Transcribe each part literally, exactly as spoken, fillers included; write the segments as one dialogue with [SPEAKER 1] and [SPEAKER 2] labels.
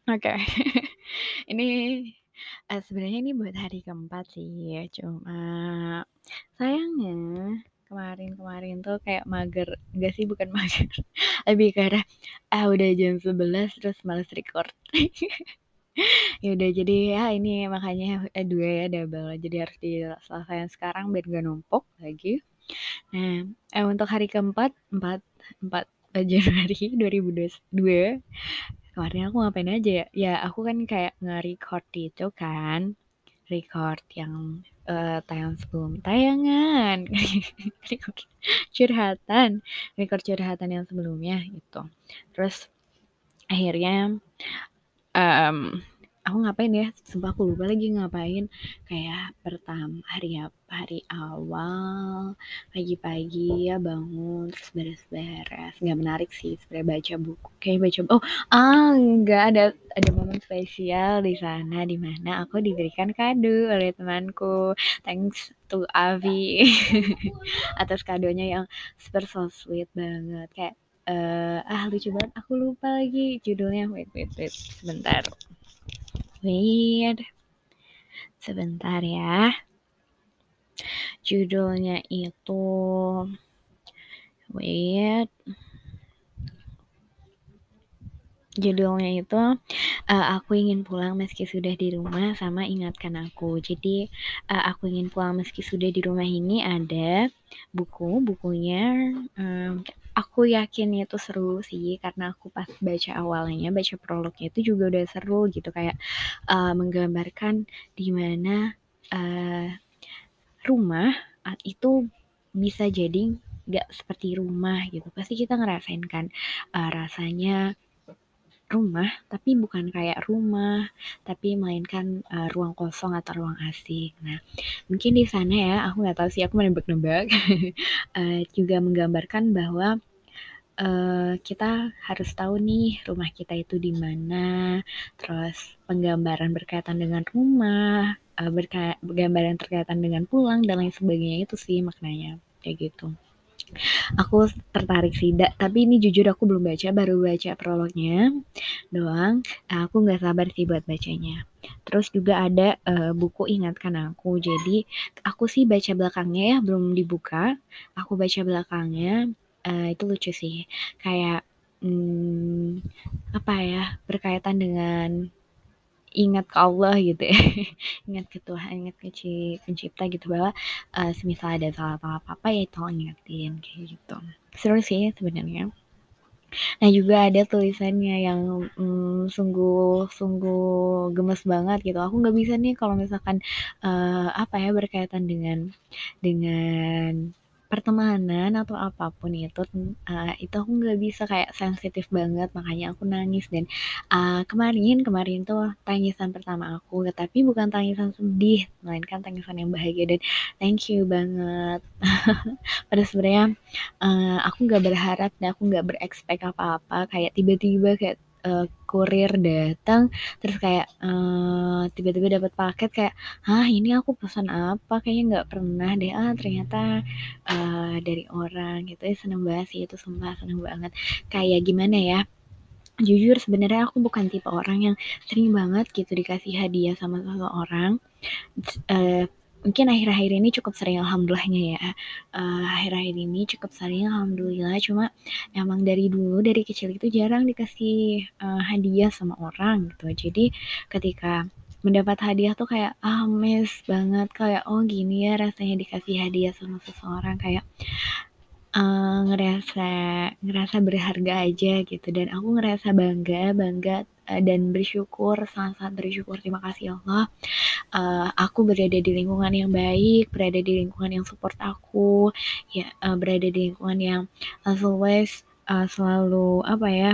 [SPEAKER 1] Oke. Ini, eee, sebenarnya ini buat hari keempat sih, cuma sayangnya kemarin-kemarin tuh kayak mager, enggak sih bukan mager, lebih ke arah, ah, udah jam sebelas terus males record. Ya udah jadi ya ini makanya, eh, dua ya double, jadi harus diselesain sekarang biar nggak numpuk lagi. Nah, eee, untuk hari keempat, empat empat Januari dua ribu dua puluh dua, kemarin aku ngapain aja ya? Ya aku kan kayak nge-record itu kan, record yang, eee, tayang sebelum tayangan, record curhatan, record curhatan yang sebelumnya gitu. Terus akhirnya, mmm, aku ngapain ya, sumpah aku lupa lagi ngapain, kayak pertam hari ap hari awal pagi-pagi ya bangun, terus beres-beres, nggak menarik sih sebenarnya baca buku, kayak baca oh, ah, enggak, ada ada momen spesial di sana, di mana aku diberikan kado oleh temanku. Thanks to Avi atas kadonya yang super so sweet banget, kayak, eee, ah, lucu banget, aku lupa lagi judulnya, wait wait wait, sebentar. Wait, sebentar ya. Judulnya itu wait. Judulnya itu, eee, Aku Ingin Pulang Meski Sudah di Rumah sama Ingatkan Aku. Jadi, eee, Aku Ingin Pulang Meski Sudah di Rumah ini ada buku, bukunya, mmm, aku yakin itu seru sih karena aku pas baca awalnya, baca prolognya itu juga udah seru gitu, kayak, eee, menggambarkan di mana, eee, rumah at itu bisa jadi nggak seperti rumah gitu. Pasti kita ngerasain kan, eee, rasanya rumah, tapi bukan kayak rumah, tapi melainkan, eee, ruang kosong atau ruang asing. Nah, mungkin di sana ya, aku nggak tahu sih, aku menebak-nebak, eee, juga menggambarkan bahwa, eee, kita harus tahu nih rumah kita itu di mana, terus penggambaran berkaitan dengan rumah, eee, berka gambaran terkaitan dengan pulang dan lain sebagainya itu sih maknanya, kayak gitu. Aku tertarik sih, da tapi ini jujur aku belum baca, baru baca prolognya doang, eee, aku nggak sabar sih buat bacanya. Terus juga ada, eee, buku Ingatkan Aku. Jadi aku sih baca belakangnya ya, belum dibuka. Aku baca belakangnya, eee, itu lucu sih. Kayak, mmm, apa ya, berkaitan dengan ingat ke Allah gitu ya, ingat ke Tuhan, ingat ke ci pencipta gitu bahwa, eee, semisal ada salah apa-apa ya tolong ingetin, kayak gitu. Seru sih sebenarnya. Nah juga ada tulisannya yang, mmm, sungguh sungguh gemes banget gitu. Aku nggak bisa nih kalau misalkan, eee, apa ya, berkaitan dengan dengan pertemanan atau apapun itu, eee, itu aku nggak bisa, kayak sensitif banget, makanya aku nangis dan, eee, kemarin kemarin tuh tangisan pertama aku, tapi bukan tangisan sedih, melainkan tangisan yang bahagia dan thank you banget. Padahal sebenarnya, eee, aku nggak berharap dan aku nggak berekspek apa-apa, kayak tiba-tiba kayak, eee, kurir datang, terus kayak, eee, tiba-tiba dapat paket kayak, "Hah, ini aku pesan apa? Kayaknya nggak pernah deh, ah, ternyata, eee, dari orang," gitu ya. Seneng banget sih itu, sumpah seneng banget. Kayak gimana ya, jujur sebenarnya aku bukan tipe orang yang sering banget gitu dikasih hadiah sama seseorang. Eee, mungkin akhir-akhir ini cukup sering alhamdulillahnya ya, eee, akhir-akhir ini cukup sering alhamdulillah, cuma emang dari dulu, dari kecil itu jarang dikasih, eee, hadiah sama orang gitu. Jadi ketika mendapat hadiah tuh kayak, ah, amazed banget, kayak, "Oh gini ya rasanya dikasih hadiah sama seseorang," kayak, eee, ngerasa ngerasa berharga aja gitu dan aku ngerasa bangga bangga, eee, dan bersyukur, sangat-sangat bersyukur, terima kasih ya Allah, eee, aku berada di lingkungan yang baik, berada di lingkungan yang support aku, ya, eee, berada di lingkungan yang as always, eee, selalu apa ya,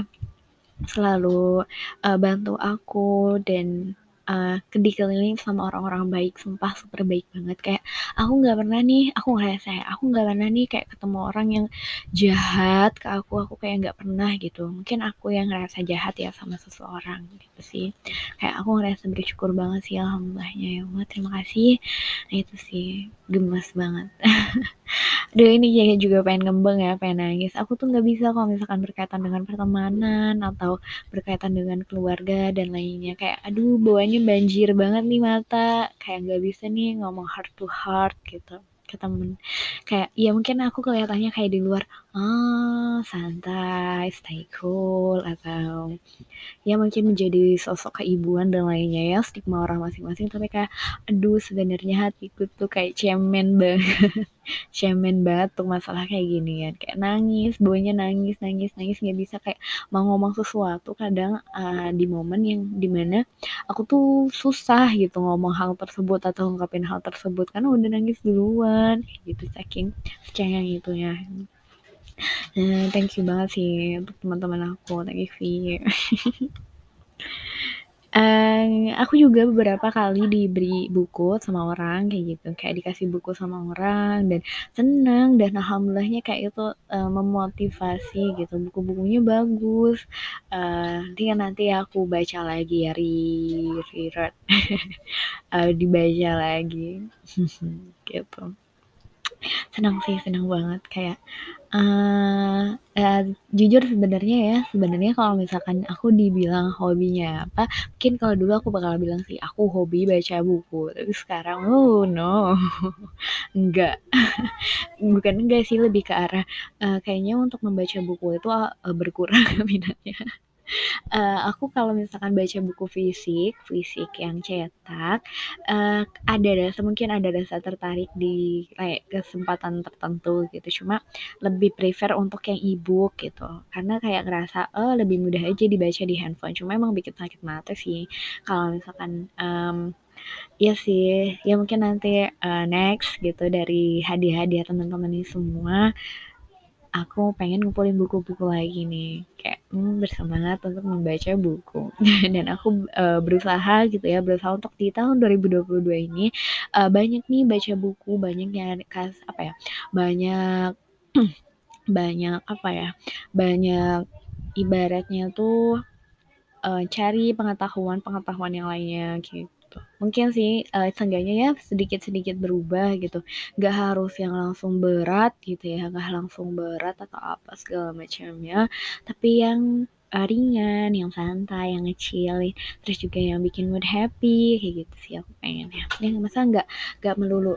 [SPEAKER 1] selalu, eee, bantu aku dan, eee, dikelilingi sama orang-orang baik, sumpah super baik banget. Kayak aku nggak pernah nih, aku ngerasa ya, aku nggak pernah nih kayak ketemu orang yang jahat ke aku, aku kayak nggak pernah gitu. Mungkin aku yang ngerasa jahat ya sama seseorang gitu sih. Kayak aku ngerasa bersyukur banget sih alhamdulillahnya, ya Allah terima kasih. Nah itu sih, gemes banget. Aduh ini kayaknya juga pengen ngembang ya, pengen nangis. Aku tuh nggak bisa kalau misalkan berkaitan dengan pertemanan atau berkaitan dengan keluarga dan lainnya. Kayak aduh bawahnya banjir banget nih mata. Kayak nggak bisa nih ngomong heart to heart gitu ke temen. Kayak ya mungkin aku kelihatannya kayak di luar, ah santai, stay cool atau ya mungkin menjadi sosok keibuan dan lainnya ya stigma orang masing-masing tapi kayak aduh sebenarnya hatiku tuh kayak cemen banget cemen banget tuh masalah kayak gini kan kayak nangis baunya nangis nangis nangis nggak bisa kayak mau ngomong sesuatu kadang uh, di momen yang dimana aku tuh susah gitu ngomong hal tersebut atau ngungkapin hal tersebut karena udah nangis duluan kayak gitu saking secengeng itu ya. Nah, thank you banget sih untuk teman-teman aku, thank you Vi. Eee, aku juga beberapa kali diberi buku sama orang kayak gitu, kayak dikasih buku sama orang dan seneng dan alhamdulillahnya kayak itu, eee, memotivasi gitu, buku-bukunya bagus, eee, nanti ya nanti aku baca lagi ya, re reread, eee, dibaca lagi, gitu. Senang sih, senang banget kayak uh, uh, jujur sebenarnya ya sebenarnya kalau misalkan aku dibilang hobinya apa mungkin kalau dulu aku bakal bilang sih aku hobi baca buku tapi sekarang oh no enggak bukan enggak sih lebih ke arah uh, kayaknya untuk membaca buku itu uh, berkurang minatnya. Eee, aku kalau misalkan baca buku fisik, fisik yang cetak, eee, ada rasa mungkin ada rasa tertarik di kayak kesempatan tertentu gitu, cuma lebih prefer untuk yang e-book gitu. Karena kayak ngerasa, oh lebih mudah aja dibaca di handphone, cuma emang bikin sakit mata sih kalau misalkan, mmm, iya sih, ya mungkin nanti, eee, next gitu dari hadiah-hadiah teman-teman ini semua, aku pengen ngumpulin buku-buku lagi nih kayak hmm, bersemangat untuk membaca buku dan aku uh, berusaha gitu ya berusaha untuk di tahun dua ribu dua puluh dua ini uh, banyak nih baca buku banyak yang kas apa ya banyak banyak apa ya banyak ibaratnya tuh uh, cari pengetahuan-pengetahuan yang lainnya gitu. Mungkin sih uh, seenggaknya ya sedikit-sedikit berubah gitu. Gak harus yang langsung berat gitu ya, gak langsung berat atau apa segala macamnya. Tapi yang uh, ringan, yang santai, yang ngecil, terus juga yang bikin mood happy kayak gitu sih aku pengen ya. Ya masa nggak nggak melulu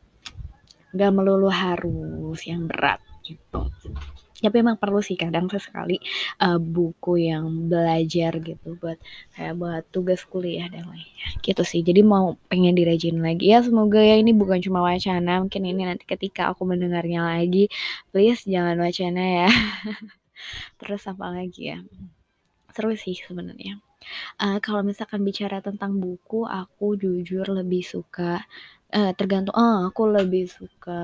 [SPEAKER 1] nggak melulu harus yang berat gitu. Tapi emang perlu sih kadang sesekali uh, buku yang belajar gitu buat kayak buat tugas kuliah dan lainnya gitu sih jadi mau pengen dirajin lagi ya semoga ya ini bukan cuma wacana mungkin ini nanti ketika aku mendengarnya lagi please jangan wacana ya. Terus apa lagi ya seru sih sebenarnya uh, kalau misalkan bicara tentang buku aku jujur lebih suka uh, tergantung oh aku lebih suka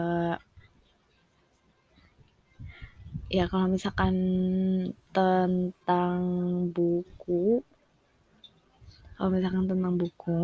[SPEAKER 1] ya kalau misalkan tentang buku kalau misalkan tentang buku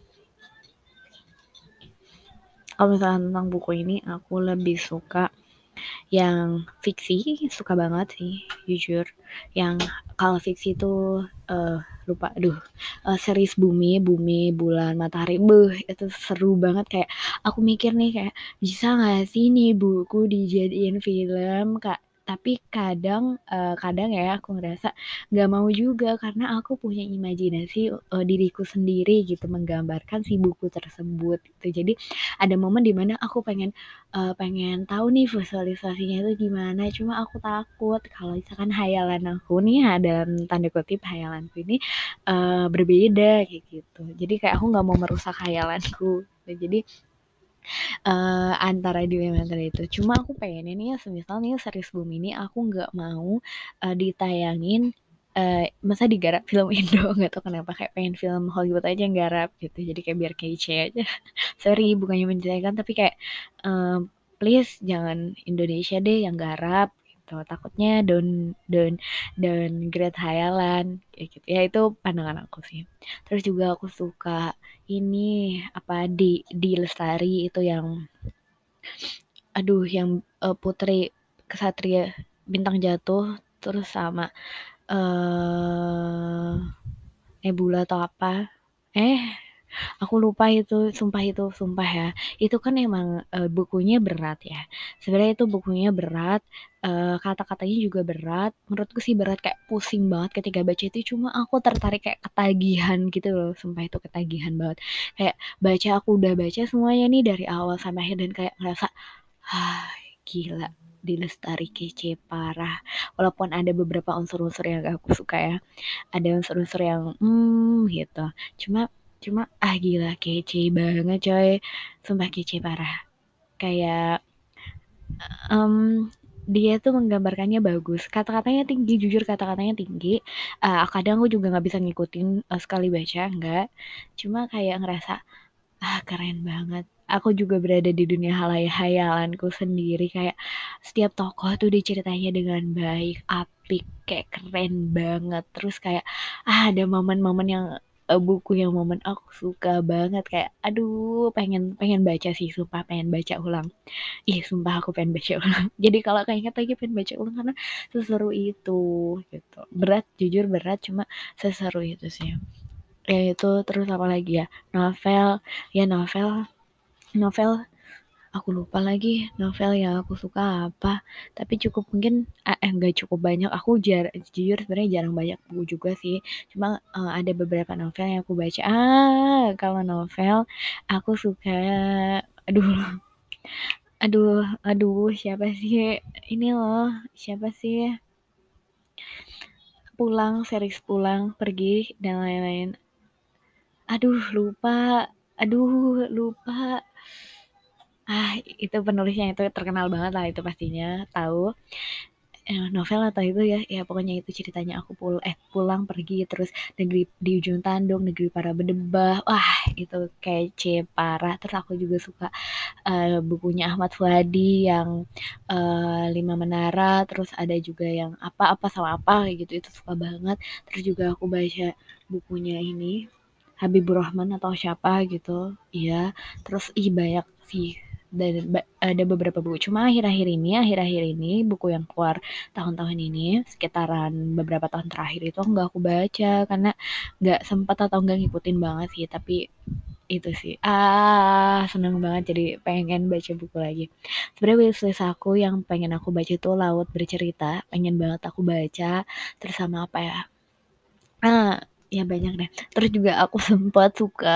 [SPEAKER 1] kalau misalkan tentang buku ini aku lebih suka yang fiksi suka banget sih jujur yang kalau fiksi tuh uh, lupa aduh uh, series bumi bumi bulan matahari beuh itu seru banget kayak aku mikir nih kayak bisa nggak sih nih buku dijadiin film kak tapi kadang uh, kadang ya aku ngerasa nggak mau juga karena aku punya imajinasi uh, diriku sendiri gitu menggambarkan si buku tersebut gitu jadi ada momen dimana aku pengen uh, pengen tahu nih visualisasinya itu gimana cuma aku takut kalau misalkan hayalan aku nih ya, dalam tanda kutip hayalanku ini uh, berbeda kayak gitu jadi kayak aku nggak mau merusak hayalanku jadi uh, antara dilema antara itu cuma aku pengen ini ya semisal nih series Bumi ini aku nggak mau uh, ditayangin uh, masa digarap film Indo nggak tahu kenapa kayak pengen film Hollywood aja yang garap gitu jadi kayak biar kece aja. Sorry bukannya menjelekan tapi kayak um, please jangan Indonesia deh yang garap gitu takutnya don don don great hayalan kayak gitu ya itu pandangan aku sih terus juga aku suka ini apa di di Lestari itu yang aduh yang uh, Putri Kesatria Bintang Jatuh terus sama eh uh, Nebula atau apa eh Aku lupa itu, sumpah itu, sumpah ya. Itu kan emang, eee, bukunya berat ya. Sebenarnya itu bukunya berat, eee, kata-katanya juga berat. Menurutku sih berat, kayak pusing banget ketika baca itu, cuma aku tertarik kayak ketagihan gitu loh, sumpah itu ketagihan banget. Kayak baca, aku udah baca semuanya nih dari awal sampai akhir dan kayak ngerasa, "Hah, gila, di Lestari kece parah." Walaupun ada beberapa unsur-unsur yang gak aku suka ya, ada unsur-unsur yang, mmm, gitu. Cuma cuma ah gila kece banget coy, sumpah kece parah. Kayak um, dia tuh menggambarkannya bagus, kata-katanya tinggi, jujur kata-katanya tinggi. Uh, kadang aku juga nggak bisa ngikutin uh, sekali baca, enggak. Cuma kayak ngerasa ah keren banget. Aku juga berada di dunia halai-hayalanku sendiri, kayak setiap tokoh tuh diceritanya dengan baik, apik, kayak keren banget. Terus kayak ah ada momen-momen yang eh, buku yang momen aku suka banget, kayak aduh pengen pengen baca sih, sumpah pengen baca ulang. Ih sumpah aku pengen baca ulang. Jadi kalau keinget lagi pengen baca ulang karena seseru itu gitu. Berat, jujur berat, cuma seseru itu sih. Ya itu, terus apa lagi ya? Novel, ya novel, novel aku lupa lagi novel yang aku suka apa. Tapi cukup mungkin eh eh, nggak cukup banyak. Aku jar jujur sebenarnya jarang banyak buku juga sih. Cuma eh, ada beberapa novel yang aku baca. Ah, kalau novel aku suka, aduh, aduh, aduh, siapa sih? Ini loh, siapa sih? Pulang, series Pulang, Pergi dan lain-lain. Aduh, lupa. Aduh, lupa. Ah, itu penulisnya itu terkenal banget lah itu pastinya, tahu. Eh, novel atau itu ya, ya pokoknya itu ceritanya aku pul eh pulang pergi terus negeri di ujung tanduk, negeri para berdebah. Wah, itu kece parah. Terus aku juga suka uh, bukunya Ahmad Fuadi yang uh, Lima Menara, terus ada juga yang apa-apa sama apa kayak gitu, itu suka banget. Terus juga aku baca bukunya ini Habibur Rahman atau siapa gitu, iya. Terus ih banyak sih, dan ada beberapa buku, cuma akhir-akhir ini akhir-akhir ini buku yang keluar tahun-tahun ini sekitaran beberapa tahun terakhir itu nggak aku baca karena nggak sempat atau nggak ngikutin banget sih. Tapi itu sih, ah seneng banget jadi pengen baca buku lagi. Sebenarnya wishlist aku yang pengen aku baca itu Laut Bercerita, pengen banget aku baca. Terus sama apa ya, ah ya banyak deh. Terus juga aku sempat suka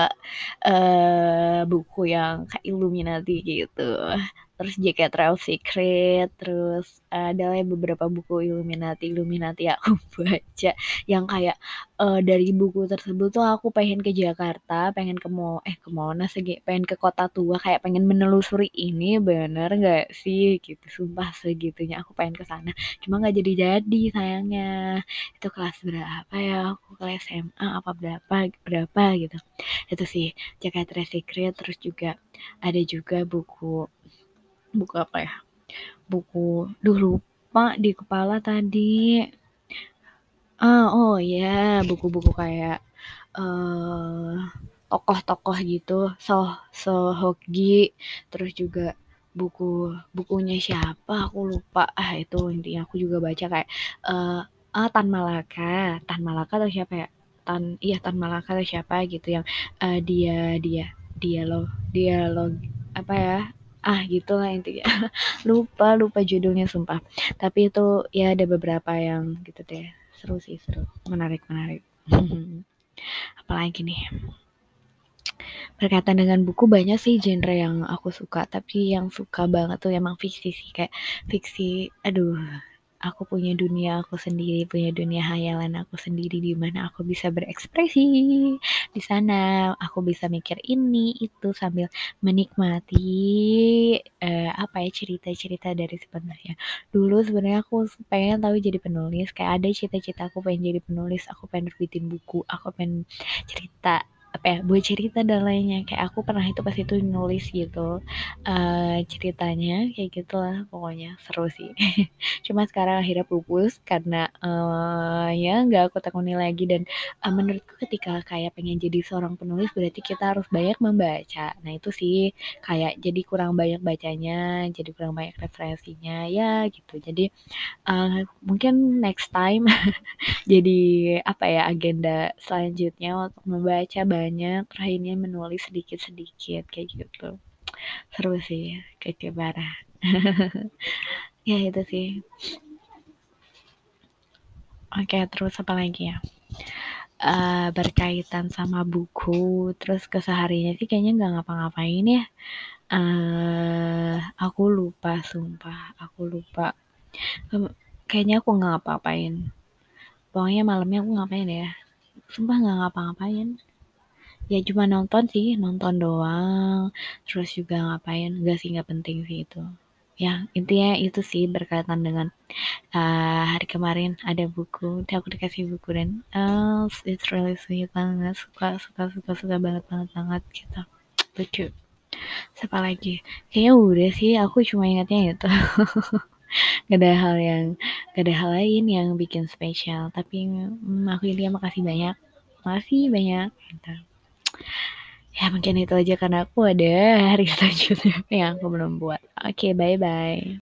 [SPEAKER 1] eh buku yang kayak Illuminati gitu. Terus J K Travel Secret, terus ada lah beberapa buku Illuminati Illuminati yang aku baca yang kayak eh, dari buku tersebut tuh aku pengen ke Jakarta, pengen ke Mo eh ke Monas lagi, pengen ke Kota Tua, kayak pengen menelusuri ini bener nggak sih gitu. Sumpah segitunya aku pengen ke sana. Cuma nggak jadi-jadi sayangnya. Itu kelas berapa ya, aku kelas S M A apa berapa berapa gitu. Itu sih Jakarta Secret. Terus juga ada juga buku buku apa ya, buku duh lupa di kepala tadi. Ah oh ya, buku-buku kayak eh tokoh-tokoh gitu, So Sohokgi. Terus juga buku bukunya siapa aku lupa, ah itu intinya aku juga baca kayak eh ah Tan Malaka, Tan Malaka atau siapa ya, Tan iya Tan Malaka atau siapa gitu yang eh, dia dia dialog dialog apa ya, ah gitulah intinya. lupa lupa judulnya sumpah. Tapi itu ya ada beberapa yang gitu deh, seru sih, seru, menarik menarik. Apalagi nih, berkaitan dengan buku banyak sih genre yang aku suka, tapi yang suka banget tuh emang fiksi sih, kayak fiksi. Aduh, aku punya dunia aku sendiri, punya dunia hayalan aku sendiri di mana aku bisa berekspresi. Di sana aku bisa mikir ini itu sambil menikmati eh, apa ya, cerita-cerita dari sebenarnya. Dulu sebenarnya aku pengen tahu jadi penulis, kayak ada cita-cita aku pengen jadi penulis, aku pengen nerbitin buku, aku pengen cerita apa ya, buat cerita dan lainnya. Kayak aku pernah itu pas itu nulis gitu eh ceritanya kayak gitulah, pokoknya seru sih. Cuma sekarang akhirnya pupus karena uh, ya nggak aku tekuni lagi. Dan uh, menurutku ketika kayak pengen jadi seorang penulis berarti kita harus banyak membaca. Nah itu sih kayak jadi kurang banyak bacanya, jadi kurang banyak referensinya ya gitu. Jadi uh, mungkin next time jadi apa ya, agenda selanjutnya untuk membaca banyak, Rahinnya menulis sedikit-sedikit kayak gitu. Seru sih, kece parah. Ya itu sih. Oke, terus apa lagi ya? Uh, berkaitan sama buku, terus kesehariannya sih kayaknya nggak ngapa-ngapain ya. Uh, aku lupa, sumpah, aku lupa. Um, kayaknya aku nggak ngapa-ngapain. Pokoknya malamnya aku ngapain ya? Sumpah nggak ngapa-ngapain. Ya cuma nonton sih, nonton doang. Terus juga ngapain? Nggak sih, nggak penting sih itu. Ya intinya itu sih berkaitan dengan uh, hari kemarin ada buku, aku dikasih buku dan uh, it's really sweet banget, suka suka suka suka banget banget banget gitu, lucu. Siapa lagi? Kayaknya udah sih, aku cuma ingatnya itu. Gak ada hal yang, gak ada hal lain yang bikin spesial. Tapi hmm, aku intinya makasih banyak, makasih banyak. Gitu. Ya mungkin itu aja karena aku ada hari selanjutnya yang aku belum buat. Oke, okay, bye bye.